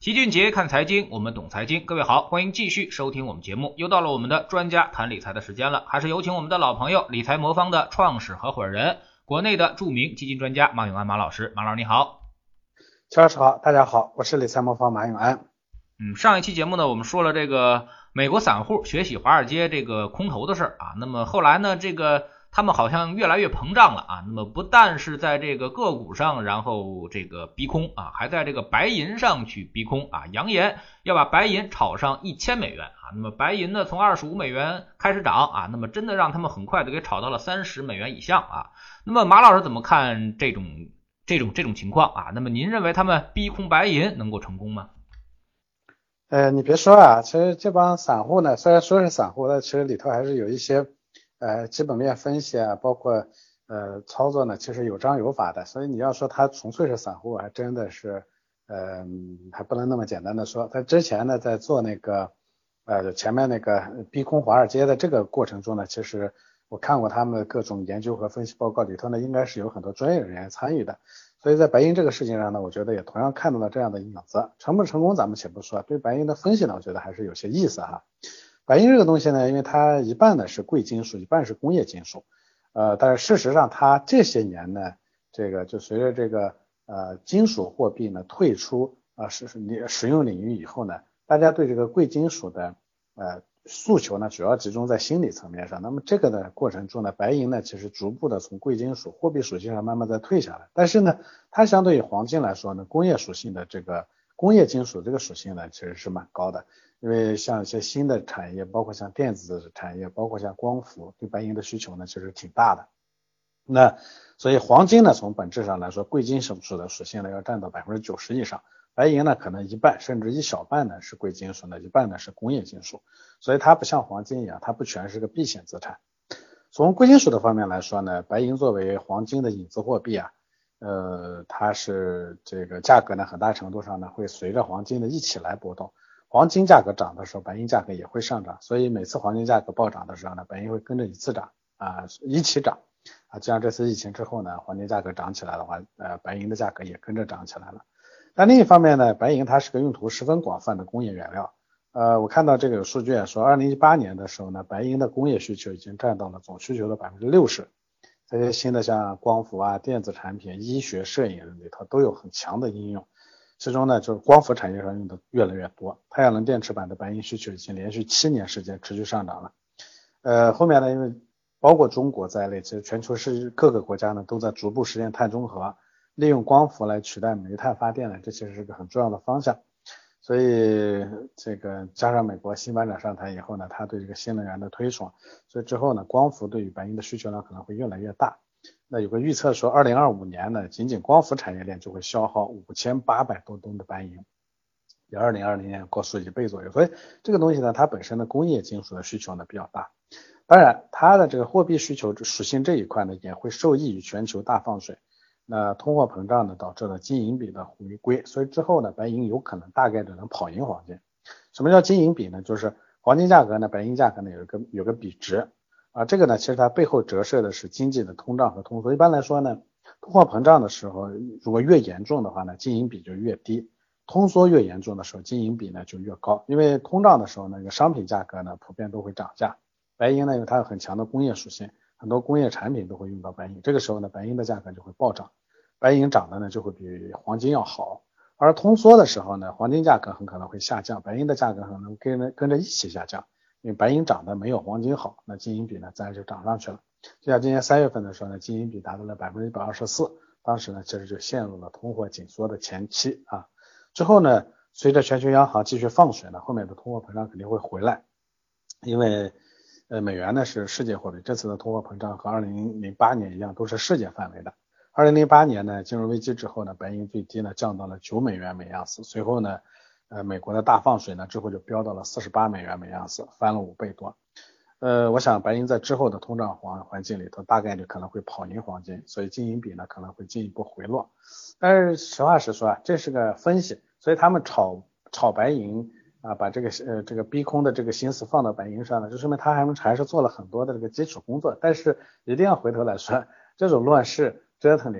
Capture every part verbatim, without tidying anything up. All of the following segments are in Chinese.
齐俊杰看财经，我们懂财经。各位好，欢迎继续收听我们节目。又到了我们的专家谈理财的时间了，还是有请我们的老朋友理财魔方的创始合伙人，国内的著名基金专家马永安马老师。马老师你好。 乔老师好，大家好，我是理财魔方马永安。 嗯，上一期节目呢，我们说了这个美国散户学习华尔街这个空头的事儿啊。那么后来呢，这个他们好像越来越膨胀了啊。那么不但是在这个个股上，然后这个逼空啊，还在这个白银上去逼空啊，扬言要把白银炒上一千美元啊。那么白银呢，从二十五美元开始涨啊，那么真的让他们很快的给炒到了三十美元以上啊。那么马老师怎么看这种这种这种情况啊？那么您认为他们逼空白银能够成功吗？ 呃，你别说啊，其实这帮散户呢，虽然说是散户，但其实里头还是有一些呃基本面分析啊，包括呃操作呢，其实有章有法的。所以你要说他纯粹是散户，还真的是呃还不能那么简单的说。他之前呢，在做那个呃前面那个逼空华尔街的这个过程中呢，其实我看过他们的各种研究和分析报告里头呢，应该是有很多专业人员参与的。所以在白银这个事情上呢，我觉得也同样看到了这样的影子。成不成功咱们且不说，对白银的分析呢，我觉得还是有些意思哈。白银这个东西呢，因为它一半呢是贵金属，一半是工业金属，呃，但是事实上它这些年呢，这个就随着这个呃金属货币呢退出啊、呃、使使用领域以后呢，大家对这个贵金属的呃诉求呢，主要集中在心理层面上。那么这个的过程中呢，白银呢其实逐步的从贵金属货币属性上慢慢的退下来。但是呢，它相对于黄金来说呢，工业属性的这个工业金属这个属性呢，其实是蛮高的。因为像一些新的产业，包括像电子产业，包括像光伏，对白银的需求呢，其实挺大的。那所以黄金呢，从本质上来说，贵金属的属性呢要占到百分之九十以上。白银呢，可能一半甚至一小半呢是贵金属呢，一半呢是工业金属，所以它不像黄金一样，它不全是个避险资产。从贵金属的方面来说呢，白银作为黄金的影子货币啊，呃，它是这个价格呢，很大程度上呢会随着黄金的一起来波动。黄金价格涨的时候，白银价格也会上涨，所以每次黄金价格暴涨的时候呢，白银会跟着一次涨啊，一起涨啊。就像这次疫情之后呢，黄金价格涨起来的话，呃，白银的价格也跟着涨起来了。但另一方面呢，白银它是个用途十分广泛的工业原料。呃，我看到这个有数据说，二零一八年的时候呢，白银的工业需求已经占到了总需求的百分之六十。这些新的像光伏啊、电子产品、医学、摄影里头都有很强的应用。其中呢，就是光伏产业上用的越来越多。太阳能电池板的白银需求已经连续七年时间持续上涨了。呃，后面呢，因为包括中国在内，其实全球是各个国家呢都在逐步实现碳中和。利用光伏来取代煤炭发电呢，这其实是个很重要的方向。所以这个加上美国新班长上台以后呢，他对这个新能源的推崇，所以之后呢，光伏对于白银的需求量可能会越来越大。那有个预测说，二零二五年呢，仅仅光伏产业链就会消耗五千八百多吨的白银，比二零二零年高出一倍左右。所以这个东西呢，它本身的工业金属的需求呢比较大。当然，它的这个货币需求属性这一块呢，也会受益于全球大放水。那通货膨胀呢，导致了金银比的回归，所以之后呢，白银有可能大概率能跑赢黄金。什么叫金银比呢？就是黄金价格呢，白银价格呢有一个有个比值啊，这个呢其实它背后折射的是经济的通胀和通缩。一般来说呢，通货膨胀的时候，如果越严重的话呢，金银比就越低；通缩越严重的时候，金银比呢就越高。因为通胀的时候呢，那个商品价格呢普遍都会涨价，白银呢因为它有很强的工业属性，很多工业产品都会用到白银，这个时候呢，白银的价格就会暴涨。白银涨的呢就会比黄金要好，而通缩的时候呢，黄金价格很可能会下降，白银的价格可能跟着跟着一起下降，因为白银涨的没有黄金好，那金银比呢自然就涨上去了。就像今年三月份的时候呢，金银比达到了百分之一百二十四，当时呢其实就陷入了通货紧缩的前期啊。之后呢，随着全球央行继续放水呢，后面的通货膨胀肯定会回来，因为呃美元呢是世界货币，这次的通货膨胀和二零零八年一样，都是世界范围的。二零零八年呢，金融危机之后呢，白银最低呢降到了九美元每盎司，随后呢，呃，美国的大放水呢之后就飙到了四十八美元每盎司，翻了五倍多。呃，我想白银在之后的通胀环环境里头，大概率可能会跑赢黄金，所以金银比呢可能会进一步回落。但是实话实说啊，这是个分析，所以他们炒炒白银啊，把这个呃这个逼空的这个心思放到白银上呢，就说明他还还是做了很多的这个基础工作。但是一定要回头来说，这种乱世折腾里头，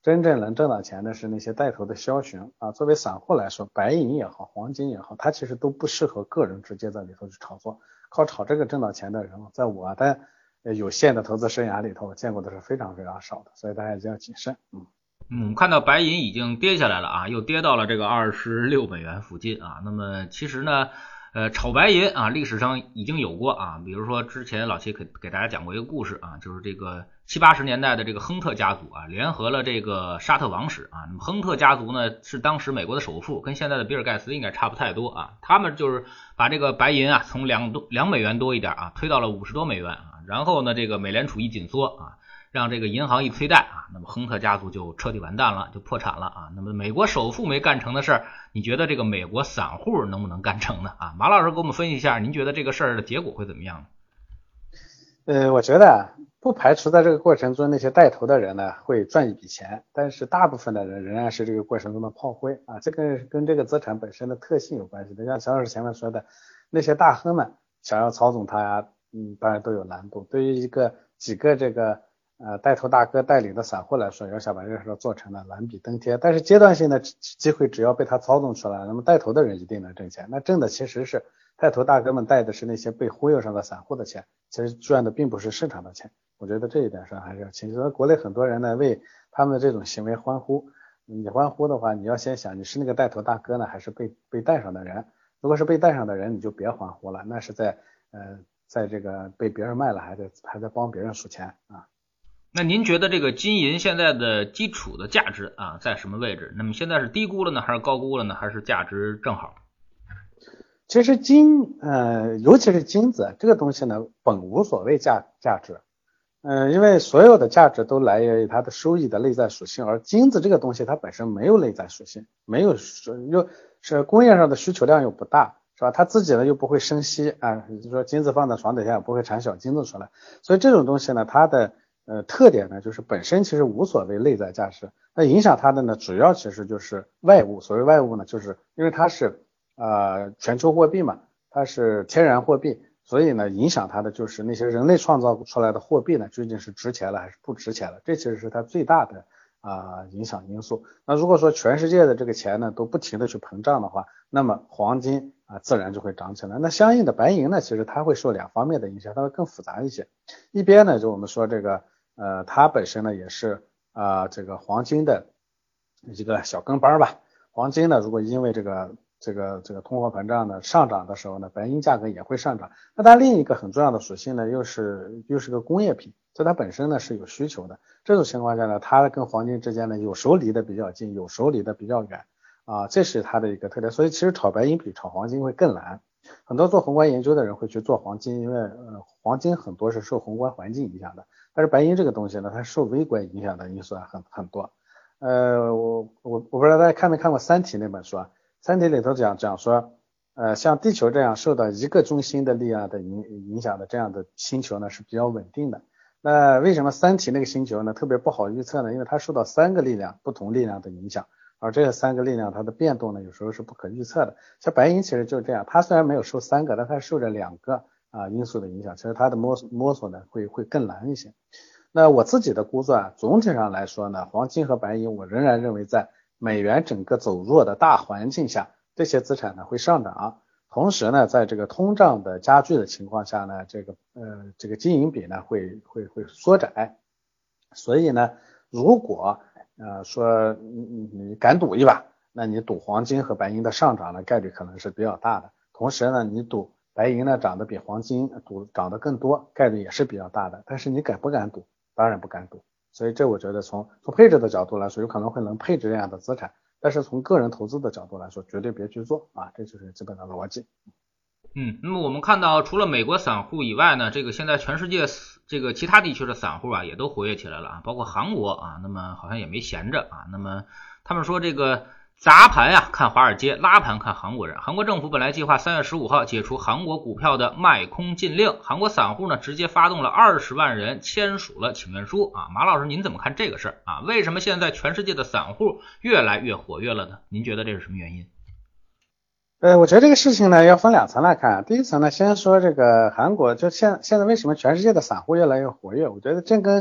真正能挣到钱的是那些带头的枭雄啊。作为散户来说，白银也好，黄金也好，它其实都不适合个人直接在里头去炒作。靠炒这个挣到钱的人，在我的有限的投资生涯里头，我见过的是非常非常少的，所以大家一定要谨慎。嗯。 嗯，看到白银已经跌下来了啊，又跌到了这个二十六美元附近啊。那么其实呢，呃，炒白银啊，历史上已经有过啊，比如说之前老七给给大家讲过一个故事啊，就是这个七八十年代的这个亨特家族啊，联合了这个沙特王室啊。那么亨特家族呢，是当时美国的首富，跟现在的比尔盖茨应该差不太多啊。他们就是把这个白银啊，从两多两美元多一点啊，推到了五十多美元啊。然后呢，这个美联储一紧缩啊，让这个银行一催贷啊，那么亨特家族就彻底完蛋了，就破产了啊。那么美国首富没干成的事儿，你觉得这个美国散户能不能干成呢？啊，马老师给我们分析一下，您觉得这个事儿的结果会怎么样呢？ 呃，我觉得不排除在这个过程中那些带头的人呢会赚一笔钱，但是大部分的人仍然是这个过程中的炮灰啊。这个跟这个资产本身的特性有关系的。像乔老师前面说的，那些大亨们想要操纵它呀，嗯，当然都有难度。对于一个几个这个呃带头大哥带领的散户来说，要想把这个事做成了难比登天。但是阶段性的机会只要被他操纵出来，那么带头的人一定能挣钱。那挣的其实是带头大哥们带的是那些被忽悠上的散户的钱，其实赚的并不是市场的钱。我觉得这一点上还是要清楚。国内很多人呢为他们的这种行为欢呼，你欢呼的话，你要先想你是那个带头大哥呢，还是被被带上的人。如果是被带上的人，你就别欢呼了，那是在呃在这个被别人卖了，还在还在帮别人数钱啊。 那您觉得这个金银现在的基础的价值啊在什么位置？那么现在是低估了呢，还是高估了呢，还是价值正好？ 其实金呃尤其是金子这个东西呢，本无所谓价价值。嗯、呃，因为所有的价值都来源于它的收益的内在属性，而金子这个东西它本身没有内在属性，没有又是工业上的需求量又不大，是吧？它自己呢又不会生息啊，就是说金子放在床底下不会产小金子出来，所以这种东西呢，它的呃特点呢就是本身其实无所谓内在价值，那影响它的呢主要其实就是外物，所谓外物呢，就是因为它是呃全球货币嘛，它是天然货币。所以呢，影响它的就是那些人类创造出来的货币呢，究竟是值钱了还是不值钱了？这其实是它最大的啊、呃、影响因素。那如果说全世界的这个钱呢都不停的去膨胀的话，那么黄金啊、呃、自然就会涨起来。那相应的白银呢，其实它会受两方面的影响，它会更复杂一些。一边呢，就我们说这个呃，它本身呢也是啊、呃、这个黄金的一个小跟班吧。黄金呢，如果因为这个这个这个通货膨胀呢上涨的时候呢，白银价格也会上涨。那它另一个很重要的属性呢，又是又是个工业品，所以它本身呢是有需求的。这种情况下呢，它跟黄金之间呢，有时候离得比较近，有时候离得比较远啊，这是它的一个特点。所以其实炒白银比炒黄金会更难。很多做宏观研究的人会去做黄金，因为呃黄金很多是受宏观环境影响的，但是白银这个东西呢，它受微观影响的因素还很很多。呃，我我我不知道大家看没看过《三体》那本书啊？三体里头讲讲说，呃，像地球这样受到一个中心的力量的影影响的这样的星球呢是比较稳定的。那为什么三体那个星球呢特别不好预测呢？因为它受到三个力量不同力量的影响，而这三个力量它的变动呢有时候是不可预测的。像白银其实就是这样，它虽然没有受三个，但它受着两个啊因素的影响，其实它的摸索摸索呢会会更难一些。那我自己的估算，总体上来说呢，黄金和白银我仍然认为在美元整个走弱的大环境下，这些资产呢会上涨。同时呢，在这个通胀的加剧的情况下呢，这个呃这个金银比呢会会会缩窄。所以呢，如果呃说你你敢赌一把，那你赌黄金和白银的上涨的概率可能是比较大的。同时呢，你赌白银呢涨得比黄金赌涨得更多，概率也是比较大的。但是你敢不敢赌？当然不敢赌。所以这我觉得从从配置的角度来说，有可能会能配置这样的资产，但是从个人投资的角度来说，绝对别去做啊，这就是基本的逻辑。 嗯，那么我们看到除了美国散户以外呢，这个现在全世界这个其他地区的散户啊也都活跃起来了啊，包括韩国啊，那么好像也没闲着啊。那么他们说这个砸盘呀、啊、看华尔街，拉盘看韩国人。韩国政府本来计划三月十五号解除韩国股票的卖空禁令，韩国散户呢直接发动了二十万人签署了请愿书啊。马老师您怎么看这个事儿啊？为什么现在全世界的散户越来越活跃了呢？您觉得这是什么原因？ 呃，我觉得这个事情呢要分两层来看。第一层呢，先说这个韩国，就现现在为什么全世界的散户越来越活跃？我觉得这跟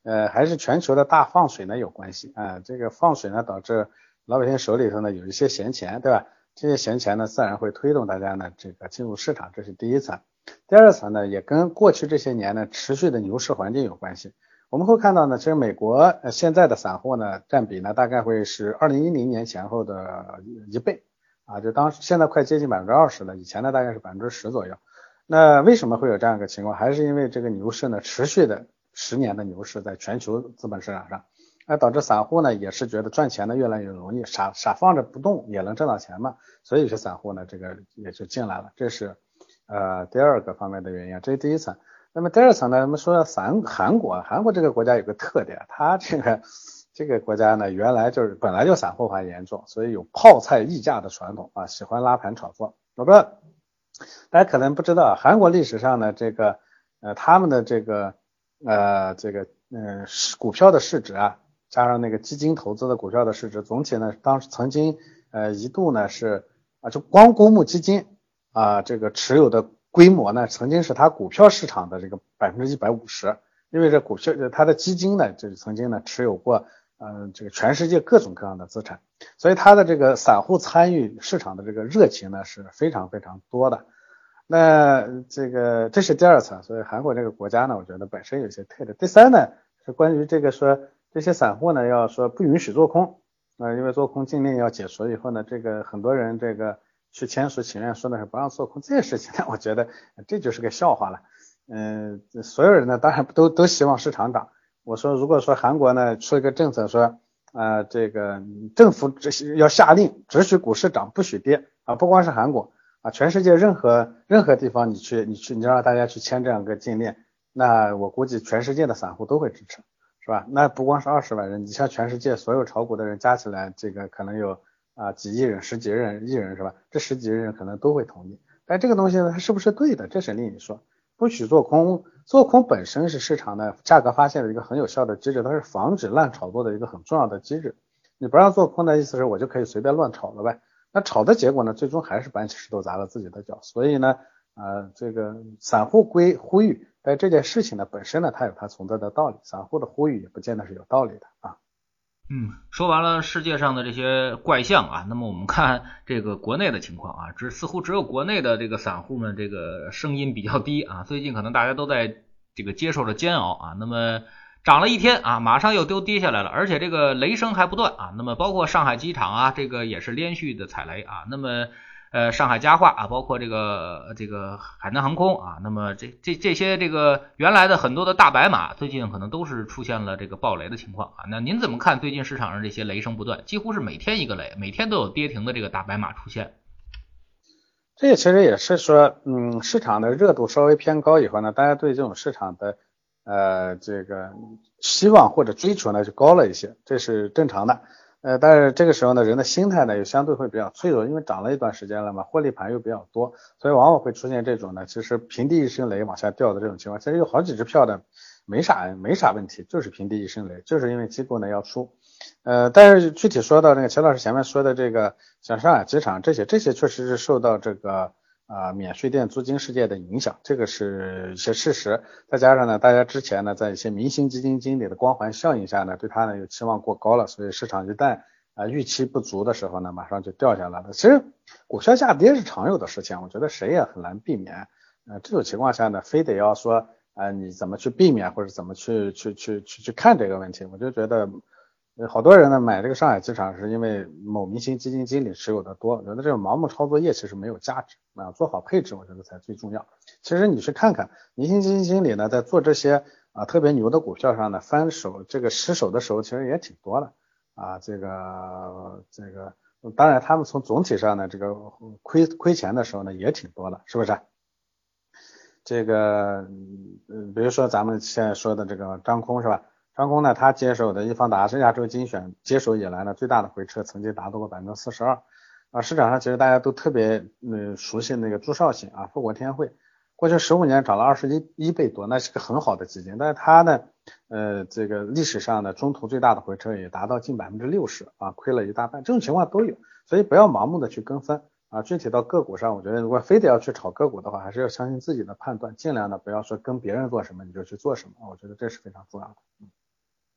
呃，还是全球的大放水呢有关系啊。这个放水呢，导致老百姓手里头呢有一些闲钱，对吧？这些闲钱呢，自然会推动大家呢这个进入市场，这是第一层。第二层呢，也跟过去这些年呢持续的牛市环境有关系。我们会看到呢，其实美国呃现在的散户呢占比呢大概会是二零一零年前后的一倍啊，就当现在快接近百分之二十了，以前呢大概是百分之十左右。那为什么会有这样一个情况？还是因为这个牛市呢持续的十年的牛市在全球资本市场上，那导致散户呢也是觉得赚钱呢越来越容易，傻傻放着不动也能挣到钱嘛，所以有些散户呢这个也就进来了，这是呃第二个方面的原因，这是第一层。那么第二层呢，我们说韩韩国，韩国这个国家有个特点，它这个这个国家呢原来就是本来就散户化严重，所以有泡菜溢价的传统啊，喜欢拉盘炒作。我不知道大家可能不知道，韩国历史上呢这个呃他们的这个呃这个呃股票的市值啊，加上那个基金投资的股票的市值，总体呢当时曾经呃一度呢是啊就光公募基金啊这个持有的规模呢，曾经是它股票市场的这个百分之一百五十，因为这股票它的基金呢，就是曾经呢持有过呃这个全世界各种各样的资产，所以它的这个散户参与市场的这个热情呢是非常非常多的。那这个这是第二层，所以韩国这个国家呢，我觉得本身有些特点。第三呢是关于这个说这些散户呢要说不允许做空，呃因为做空禁令要解除以后呢，这个很多人这个去签署请愿说的是不让做空，这件事情呢，我觉得这就是个笑话了。嗯、呃，所有人呢当然都都希望市场涨。我说如果说韩国呢出一个政策说，呃这个政府只要下令只许股市涨不许跌啊，不光是韩国啊，全世界任何任何地方你去你去你让大家去签这样一个禁令，那我估计全世界的散户都会支持，是吧？那不光是二十万人，你像全世界所有炒股的人加起来，这个可能有啊几亿人、十几人、亿人是吧？这十几亿人可能都会同意。但这个东西呢，它是不是对的？这是另一说。不许做空，做空本身是市场的价格发现的一个很有效的机制，它是防止烂炒作的一个很重要的机制。你不让做空的意思是我就可以随便乱炒了呗？那炒的结果呢，最终还是把石头砸了自己的脚。所以呢，呃，这个散户归呼吁，但这件事情呢本身呢，它有它存在的道理，散户的呼吁也不见得是有道理的啊。 嗯，说完了世界上的这些怪象啊，那么我们看这个国内的情况啊，只似乎只有国内的这个散户们这个声音比较低啊，最近可能大家都在这个接受着煎熬啊，那么涨了一天啊，马上又丢跌下来了，而且这个雷声还不断啊，那么包括上海机场啊，这个也是连续的踩雷啊，那么呃，上海家化啊，包括这个这个海南航空啊，那么这这这些这个原来的很多的大白马，最近可能都是出现了这个爆雷的情况啊。那您怎么看最近市场上这些雷声不断，几乎是每天一个雷，每天都有跌停的这个大白马出现？ 这也其实也是说，嗯，市场的热度稍微偏高以后呢，大家对这种市场的呃这个希望或者追求呢就高了一些，这是正常的。呃，但是这个时候呢，人的心态呢又相对会比较脆弱，因为涨了一段时间了嘛，获利盘又比较多，所以往往会出现这种呢，其实平地一声雷往下掉的这种情况。其实有好几只票的没啥没啥问题，就是平地一声雷，就是因为机构呢要出。呃，但是具体说到那个钱老师前面说的这个，像上海机场这些，这些确实是受到这个啊、呃、免税店租金事件的影响，这个是一些事实。再加上呢，大家之前呢在一些明星基金经理的光环效应下呢，对它呢有期望过高了，所以市场一旦啊、呃、预期不足的时候呢，马上就掉下来了。其实股票下跌是常有的事情，我觉得谁也很难避免。呃，这种情况下呢，非得要说啊、呃、你怎么去避免或者怎么去去去去去看这个问题，我就觉得。好多人呢买这个上海机场是因为某明星基金经理持有的多，我觉得这种盲目操作业其实没有价值啊，做好配置我觉得才最重要。其实你去看看明星基金经理呢在做这些啊特别牛的股票上呢翻手这个失手的时候其实也挺多的啊，这个这个当然他们从总体上呢这个亏亏钱的时候呢也挺多的，是不是？这个嗯，比如说咱们现在说的这个张空是吧？张空呢，他接手的易方达是亚洲精选接手以来呢最大的回撤，曾经达到过百分之四十二啊。市场上其实大家都特别嗯熟悉那个朱少醒啊，富国天惠，过去十五年涨了二十一一倍多，那是个很好的基金。但是它呢，呃，这个历史上的中途最大的回撤也达到近百分之六十啊，亏了一大半，这种情况都有，所以不要盲目的去跟风啊。具体到个股上，我觉得如果非得要去炒个股的话，还是要相信自己的判断，尽量的不要说跟别人做什么你就去做什么，我觉得这是非常重要的。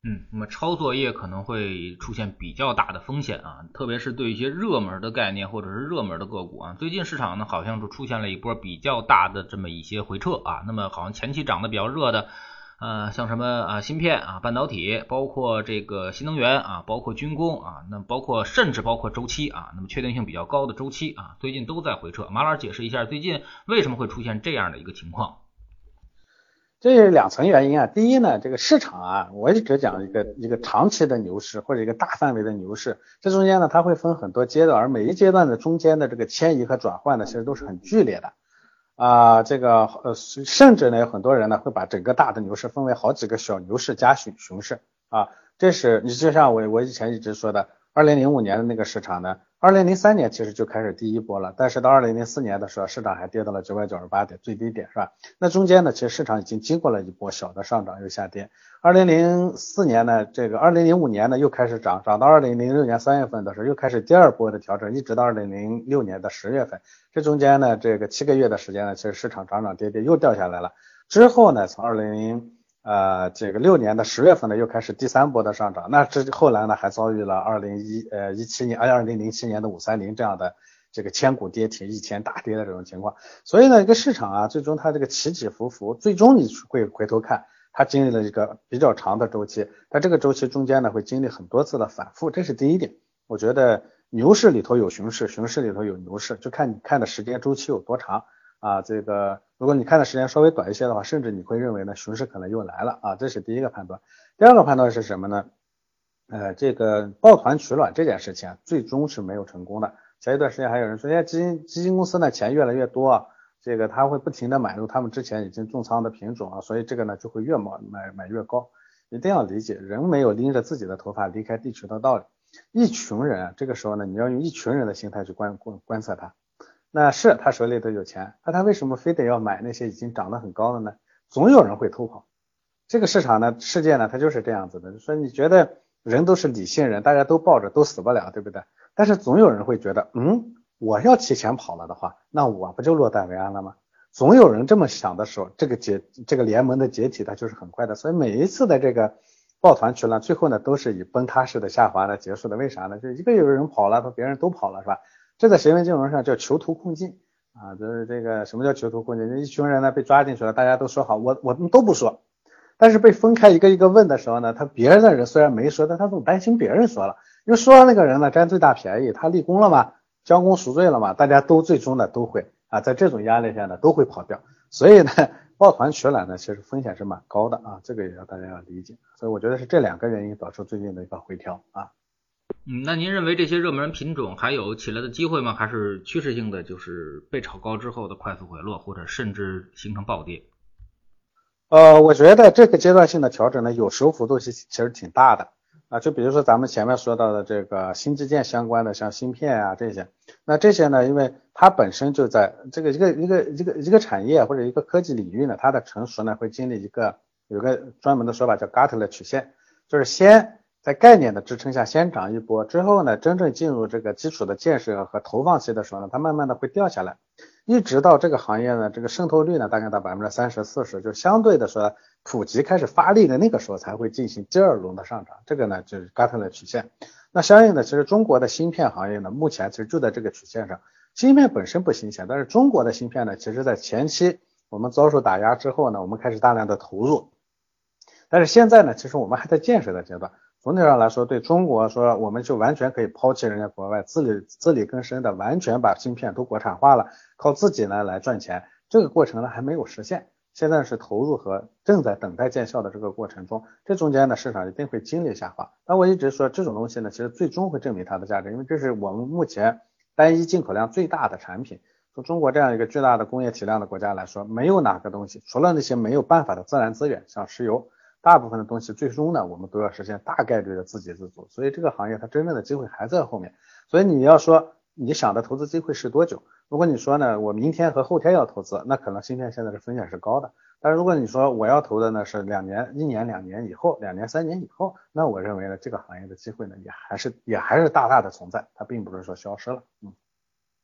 嗯，那么抄作业可能会出现比较大的风险啊，特别是对一些热门的概念或者是热门的个股啊，最近市场呢好像是出现了一波比较大的这么一些回撤啊，那么好像前期涨得比较热的呃，像什么啊芯片啊、半导体，包括这个新能源啊，包括军工啊，那包括甚至包括周期啊，那么确定性比较高的周期啊，最近都在回撤。马老师解释一下最近为什么会出现这样的一个情况？ 这两层原因啊，第一呢，这个市场啊，我一直讲一个一个长期的牛市或者一个大范围的牛市，这中间呢，它会分很多阶段，而每一阶段的中间的这个迁移和转换呢，其实都是很剧烈的啊、呃，这个呃，甚至呢，有很多人呢会把整个大的牛市分为好几个小牛市加熊熊市啊，这是你就像我我以前一直说的，二零零五年的那个市场呢。二零零三年其实就开始第一波了，但是到二零零四年的时候，市场还跌到了九百九十八点最低点，是吧？那中间呢，其实市场已经经过了一波小的上涨又下跌。二零零四年呢，这个二零零五年呢又开始涨，涨到二零零六年三月份的时候又开始第二波的调整，一直到二零零六年的十月份，这中间呢，这个七个月的时间呢，其实市场涨涨跌跌又掉下来了。之后呢，从二零呃，这个六年的十月份呢，又开始第三波的上涨。那这后来呢，还遭遇了二零一呃一七年、二零零七年的五三零这样的这个千股跌停、一天大跌的这种情况。所以呢，一个市场啊，最终它这个起起伏伏，最终你会回头看，它经历了一个比较长的周期。它这个周期中间呢，会经历很多次的反复，这是第一点。我觉得牛市里头有熊市，熊市里头有牛市，就看你看的时间周期有多长。啊，这个如果你看的时间稍微短一些的话，甚至你会认为呢，熊市可能又来了啊，这是第一个判断。第二个判断是什么呢？呃，这个抱团取暖这件事情啊，最终是没有成功的。前一段时间还有人说，现在基金基金公司呢钱越来越多啊，这个他会不停的买入他们之前已经重仓的品种啊，所以这个呢就会越买买买越高。一定要理解，人没有拎着自己的头发离开地球的道理。一群人啊，这个时候呢，你要用一群人的心态去观观观测他。那是他手里头有钱，那他为什么非得要买那些已经涨得很高的呢？总有人会偷跑。这个市场呢，世界呢，它就是这样子的。说你觉得人都是理性人，大家都抱着都死不了，对不对？但是总有人会觉得，嗯，我要提前跑了的话，那我不就落袋为安了吗？总有人这么想的时候，这个解这个联盟的解体它就是很快的。所以每一次的这个抱团取暖，最后呢都是以崩塌式的下滑呢结束的。为啥呢？就一个有人跑了，别人都跑了，是吧？这在行为金融上叫囚徒困境啊，就是这个什么叫囚徒困境？一群人呢被抓进去了，大家都说好，我我们都不说，但是被分开一个一个问的时候呢，他别人的人虽然没说，但他总担心别人说了，因为说的那个人呢占最大便宜，他立功了嘛，将功赎罪了嘛，大家都最终呢都会啊，在这种压力下呢都会跑掉，所以呢抱团取暖呢其实风险是蛮高的啊，这个也要大家要理解，所以我觉得是这两个原因导致最近的一个回调啊。 嗯，那您认为这些热门品种还有起来的机会吗？还是趋势性的就是被炒高之后的快速回落，或者甚至形成暴跌？ 呃，我觉得这个阶段性的调整呢，有时候幅度是其实挺大的啊。就比如说咱们前面说到的这个新基建相关的，像芯片啊这些，那这些呢，因为它本身就在这个一个一个一个一个产业或者一个科技领域呢，它的成熟呢会经历一个有个专门的说法叫 Gartner 曲线，就是先在概念的支撑下先涨一波，之后呢，真正进入这个基础的建设和投放期的时候呢，它慢慢的会掉下来。一直到这个行业呢，这个渗透率呢大概到百分之三十四十，就相对的说普及开始发力的那个时候才会进行第二轮的上涨，这个呢就是 Gartner 曲线。那相应的，其实中国的芯片行业呢，目前其实就在这个曲线上。芯片本身不新鲜，但是中国的芯片呢，其实在前期我们遭受打压之后呢，我们开始大量的投入，但是现在呢，其实我们还在建设的阶段。总体上来说，对中国说，我们就完全可以抛弃人家国外，自力自力更生的，完全把芯片都国产化了，靠自己呢来赚钱。这个过程呢还没有实现，现在是投入和正在等待见效的这个过程中，这中间呢市场一定会经历下滑。那我一直说这种东西呢，其实最终会证明它的价值，因为这是我们目前单一进口量最大的产品。从中国这样一个巨大的工业体量的国家来说，没有哪个东西，除了那些没有办法的自然资源，像石油。大部分的东西最终呢，我们都要实现大概率的自给自足，所以这个行业它真正的机会还在后面。所以你要说你想的投资机会是多久？如果你说呢，我明天和后天要投资，那可能芯片现在的风险是高的。但是如果你说我要投的呢是两年、一年、两年以后、两年、三年以后，那我认为呢，这个行业的机会呢也还是也还是大大的存在，它并不是说消失了。嗯。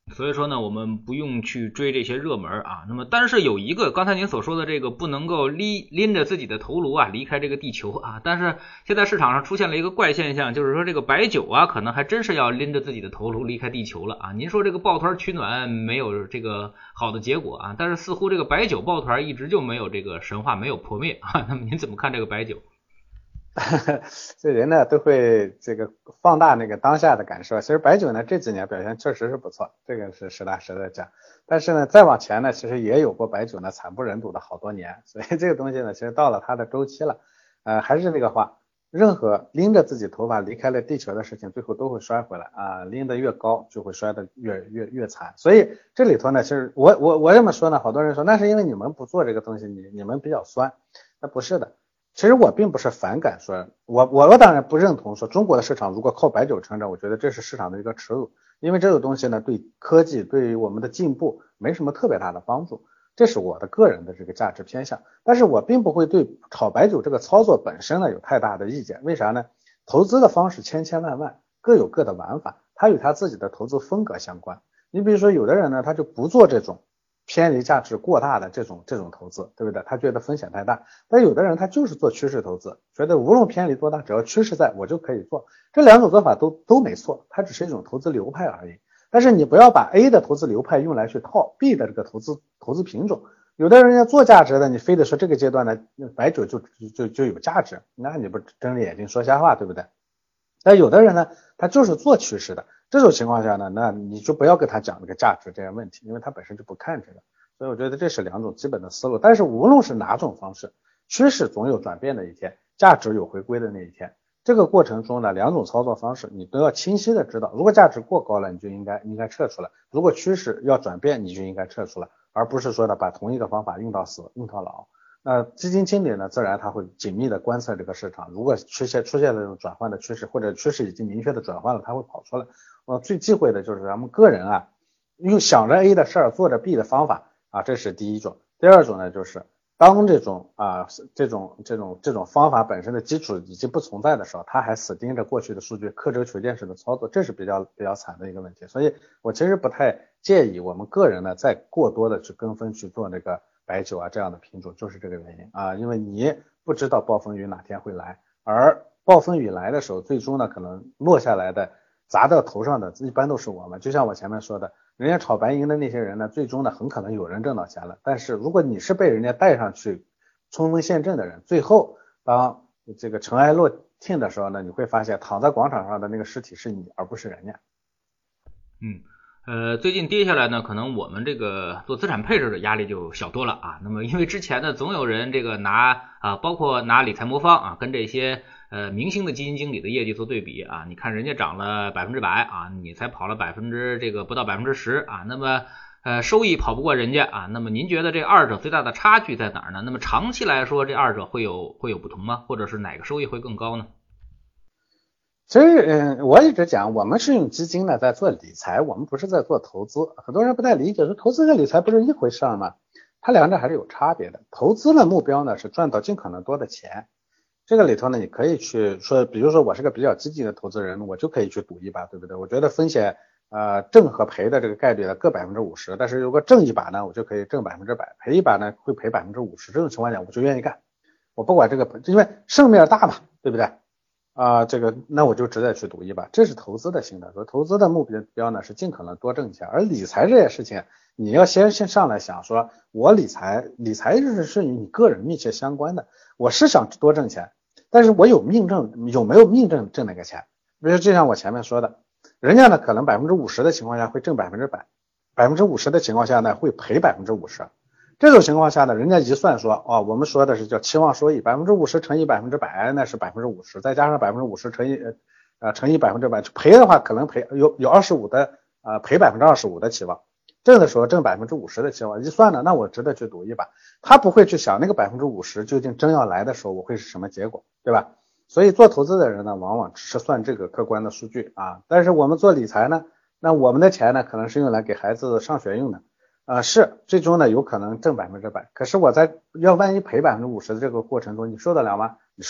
所以说呢，我们不用去追这些热门啊。那么，但是有一个刚才您所说的这个不能够拎拎着自己的头颅啊离开这个地球啊。但是现在市场上出现了一个怪现象，就是说这个白酒啊，可能还真是要拎着自己的头颅离开地球了啊。您说这个抱团取暖没有这个好的结果啊，但是似乎这个白酒抱团一直就没有这个神话没有破灭啊。那么您怎么看这个白酒？ 这人呢都会这个放大那个当下的感受。其实白酒呢这几年表现确实是不错，这个是实打实的讲。但是呢再往前呢，其实也有过白酒呢惨不忍睹的好多年，所以这个东西呢其实到了它的周期了。呃，还是那个话，任何拎着自己头发离开了地球的事情，最后都会摔回来啊，拎得越高就会摔得越越越惨。所以这里头呢，其实我我我这么说呢，好多人说那是因为你们不做这个东西，你你们比较酸，那不是的。其实我并不是反感说，我我我当然不认同说中国的市场如果靠白酒撑着，我觉得这是市场的一个耻辱，因为这个东西呢对科技对于我们的进步没什么特别大的帮助，这是我的个人的这个价值偏向。但是我并不会对炒白酒这个操作本身呢有太大的意见，为啥呢？投资的方式千千万万，各有各的玩法，它与他自己的投资风格相关。你比如说有的人呢他就不做这种偏离价值过大的这种这种投资，对不对？他觉得风险太大。但有的人他就是做趋势投资，觉得无论偏离多大，只要趋势在我就可以做。这两种做法都都没错，它只是一种投资流派而已。但是你不要把 A 的投资流派用来去套 B 的这个投资投资品种。有的人要做价值的，你非得说这个阶段呢白酒就就就有价值，那你不睁着眼睛说瞎话，对不对？但有的人呢他就是做趋势的，这种情况下呢，那你就不要跟他讲这个价值这些问题，因为他本身就不看这个。所以我觉得这是两种基本的思路。但是无论是哪种方式，趋势总有转变的一天，价值有回归的那一天。这个过程中呢，两种操作方式你都要清晰的知道，如果价值过高了，你就应该应该撤出来；如果趋势要转变，你就应该撤出来，而不是说呢把同一个方法用到死用到老。那基金经理呢，自然他会紧密的观测这个市场，如果出现出现了这种转换的趋势，或者趋势已经明确的转换了，他会跑出来。我最忌讳的就是咱们个人啊，用想着 A 的事儿做着 B 的方法啊，这是第一种。第二种呢，就是当这种啊这种这种这种方法本身的基础已经不存在的时候，他还死盯着过去的数据，刻舟求剑式的操作，这是比较比较惨的一个问题。所以我其实不太介意我们个人呢再过多的去跟风去做那个白酒啊这样的品种，就是这个原因啊，因为你不知道暴风雨哪天会来，而暴风雨来的时候，最终呢可能落下来的砸到头上的一般都是我们。就像我前面说的，人家炒白银的那些人呢，最终呢很可能有人挣到钱了，但是如果你是被人家带上去冲锋陷阵的人，最后当这个尘埃落定的时候呢，你会发现躺在广场上的那个尸体是你，而不是人家。 嗯。呃，最近跌下来呢，可能我们这个做资产配置的压力就小多了啊。那么因为之前呢，总有人这个拿啊，包括拿理财魔方啊，跟这些呃明星的基金经理的业绩做对比啊，你看人家涨了百分之百啊，你才跑了百分之这个不到百分之十啊，那么呃收益跑不过人家啊。那么您觉得这二者最大的差距在哪儿呢？那么长期来说，这二者会有会有不同吗？或者是哪个收益会更高呢？ 其实，嗯，我一直讲，我们是用基金呢在做理财，我们不是在做投资。很多人不太理解，说投资和理财不是一回事吗？它两者还是有差别的。投资的目标呢是赚到尽可能多的钱，这个里头呢，你可以去说，比如说我是个比较积极的投资人，我就可以去赌一把，对不对？我觉得风险呃挣和赔的这个概率呢各百分之五十，但是如果挣一把呢，我就可以挣百分之百，赔一把呢会赔百分之五十，这种情况下我就愿意干，我不管这个，因为胜面大嘛，对不对？啊、呃，这个那我就值得去赌一把，这是投资的心态。所以投资的目标呢是尽可能多挣钱，而理财这件事情，你要先先上来想说，我理财，理财是是与你个人密切相关的。我是想多挣钱，但是我有命挣，有没有命挣挣那个钱？比如就像我前面说的，人家呢可能百分之五十的情况下会挣百分之百，百分之五十的情况下呢会赔百分之五十。这种情况下呢，人家一算说，哦，我们说的是叫期望收益，百分之五十乘以百分之百，那是百分之五十，再加上百分之五十乘以呃乘以百分之百，赔的话可能赔有有二十五的呃赔百分之二十五的期望，挣的时候挣百分之五十的期望，一算呢，那我值得去赌一把。他不会去想那个百分之五十究竟真要来的时候我会是什么结果，对吧？所以做投资的人呢，往往只是算这个客观的数据啊，但是我们做理财呢，那我们的钱呢，可能是用来给孩子上学用的。呃，是最终呢有可能挣百分之百，可是我在要万一赔百分之五十的这个过程中，你受得了吗？你受不了。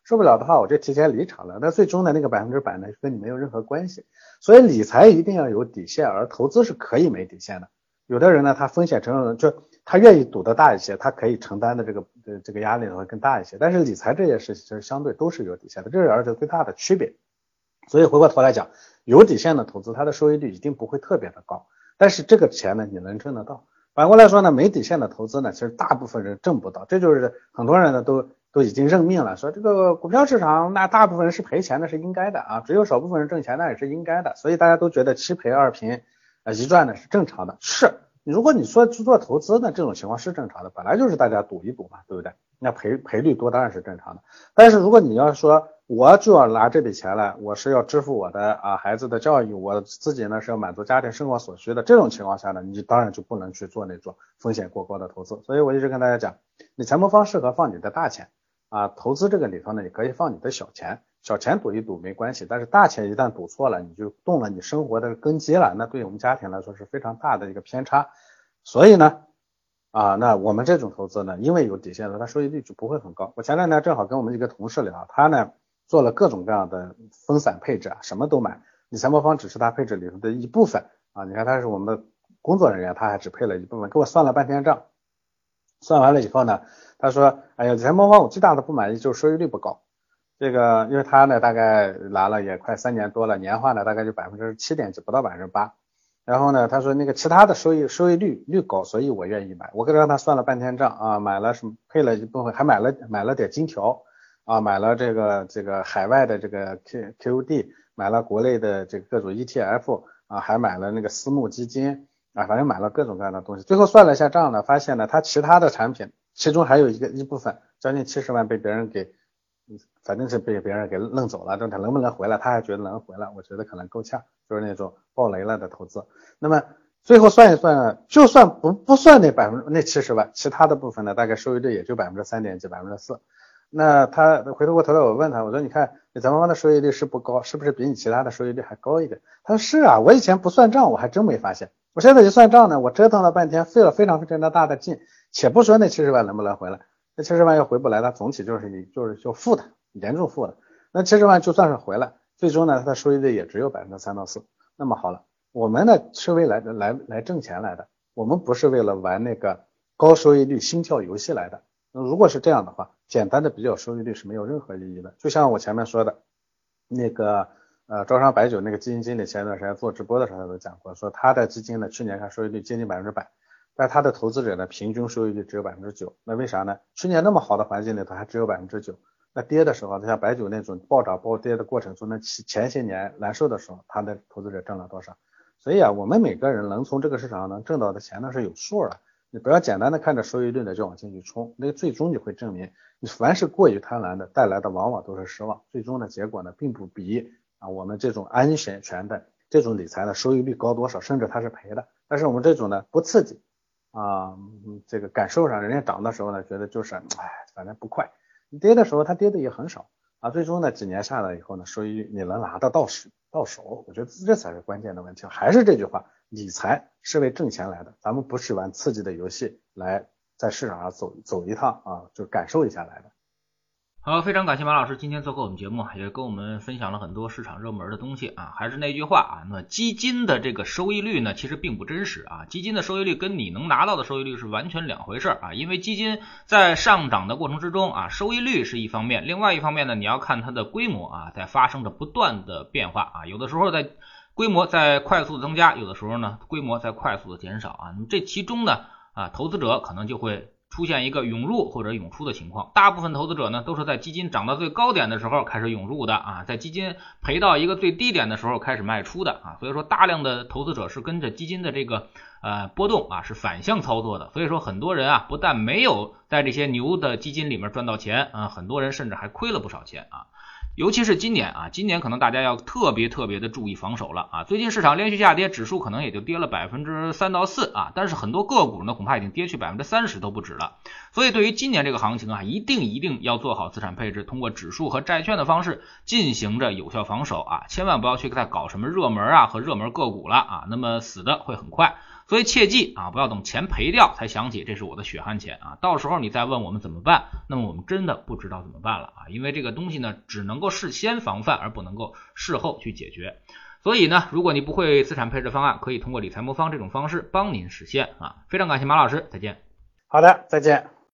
受不了的话我就提前离场了，那最终的那个百分之百呢跟你没有任何关系。所以理财一定要有底线，而投资是可以没底线的。有的人呢他风险承受就他愿意赌得大一些，他可以承担的这个这个压力会更大一些，但是理财这件事情其实相对都是有底线的，这是而且最大的区别。所以回过头来讲，有底线的投资它的收益率一定不会特别的高，但是这个钱呢你能挣得到。反过来说呢，没底线的投资呢其实大部分人挣不到，这就是很多人呢都都已经认命了，说这个股票市场那大部分人是赔钱的是应该的啊，只有少部分人挣钱那也是应该的，所以大家都觉得七赔二平呃一赚呢是正常的。是如果你说去做投资呢，这种情况是正常的，本来就是大家赌一赌嘛，对不对？那赔赔率多当然是正常的。但是如果你要说我就要拿这笔钱来，我是要支付我的啊孩子的教育，我自己呢是要满足家庭生活所需的，这种情况下呢，你当然就不能去做那种风险过高的投资。所以我一直跟大家讲，理财魔方适合放你的大钱啊，投资这个里头呢，你可以放你的小钱，小钱赌一赌没关系，但是大钱一旦赌错了，你就动了你生活的根基了，那对我们家庭来说是非常大的一个偏差。所以呢啊，那我们这种投资呢，因为有底线的，它收益率就不会很高。我前两天正好跟我们一个同事聊，他呢做了各种各样的分散配置啊，什么都买，理财魔方只是他配置里头的一部分啊。你看他是我们的工作人员，他还只配了一部分，给我算了半天账，算完了以后呢，他说，哎呀，理财魔方我最大的不满意就是收益率不高。这个因为他呢大概来了也快三年多了，年化呢大概就百分之七点几，不到百分之八。然后呢，他说那个其他的收益收益率率高，所以我愿意买。我跟让他算了半天账啊，买了什么配了一部分，还买了买了点金条啊，买了这个这个海外的这个 Q QD， 买了国内的这个各种 E T F 啊，还买了那个私募基金啊，反正买了各种各样的东西。最后算了一下账呢，发现呢他其他的产品其中还有一个一部分将近七十万被别人给反正是被别人给弄走了，但他能不能回来，他还觉得能回来，我觉得可能够呛，就是那种爆雷了的投资。那么最后算一算，就算不不算那百分之那七十万，其他的部分呢，大概收益率也就百分之三点几，百分之四。那他回头过头来，我问他，我说你看理财魔方的收益率是不高，是不是比你其他的收益率还高一点？他说是啊，我以前不算账，我还真没发现。我现在一算账呢，我折腾了半天，费了非常非常大的劲，且不说那七十万能不能回来。那七十万要回不来，它总体就是就是就负的，严重负的。那七十万就算是回来，最终呢，它的收益率也只有百分之三到四。那么好了，我们呢是为来来来挣钱来的，我们不是为了玩那个高收益率心跳游戏来的。那如果是这样的话，简单的比较收益率是没有任何意义的。就像我前面说的，那个呃招商白酒那个基金经理前段时间做直播的时候他都讲过，说他的基金呢去年看收益率接近百分之百。但他的投资者呢，平均收益率只有百分之九，那为啥呢？去年那么好的环境里头还只有百分之九，那跌的时候，像白酒那种暴涨暴跌的过程中，那前些年难受的时候，他的投资者挣了多少？所以啊，我们每个人能从这个市场上能挣到的钱呢是有数的，你不要简单的看着收益率呢就往进去冲，那个最终你会证明，你凡是过于贪婪的带来的往往都是失望，最终的结果呢并不比啊我们这种安全权的这种理财的收益率高多少，甚至它是赔的，但是我们这种呢不刺激。啊，这个感受上，人家涨的时候呢，觉得就是，哎，反正不快；跌的时候，它跌的也很少啊。最终呢，几年下来以后呢，收益率你能拿得到手，到手，我觉得这才是关键的问题。还是这句话，理财是为挣钱来的，咱们不是玩刺激的游戏来在市场上走走一趟啊，就感受一下来的。 好，非常感谢马老师今天做客我们节目，也跟我们分享了很多市场热门的东西啊。还是那句话啊，那基金的这个收益率呢，其实并不真实啊。基金的收益率跟你能拿到的收益率是完全两回事啊。因为基金在上涨的过程之中啊，收益率是一方面，另外一方面呢，你要看它的规模啊，在发生着不断的变化啊。有的时候在规模在快速的增加，有的时候呢，规模在快速的减少啊。那么这其中呢啊，投资者可能就会出现一个涌入或者涌出的情况，大部分投资者呢都是在基金涨到最高点的时候开始涌入的啊，在基金赔到一个最低点的时候开始卖出的啊，所以说大量的投资者是跟着基金的这个呃波动啊是反向操作的，所以说很多人啊不但没有在这些牛的基金里面赚到钱啊，很多人甚至还亏了不少钱啊。尤其是今年啊，今年可能大家要特别特别的注意防守了啊！最近市场连续下跌，指数可能也就跌了百分之三到四啊，但是很多个股呢，恐怕已经跌去百分之三十都不止了。所以对于今年这个行情啊，一定一定要做好资产配置，通过指数和债券的方式进行着有效防守啊！千万不要去再搞什么热门啊和热门个股了啊，那么死的会很快。所所以切记啊，不要等钱赔掉才想起这是我的血汗钱啊，到时候你再问我们怎么办，那么我们真的不知道怎么办了啊，因为这个东西呢，只能够事先防范，而不能够事后去解决。所以呢，如果你不会资产配置方案，可以通过理财魔方这种方式帮您实现啊。非常感谢马老师，再见。 好的，再见。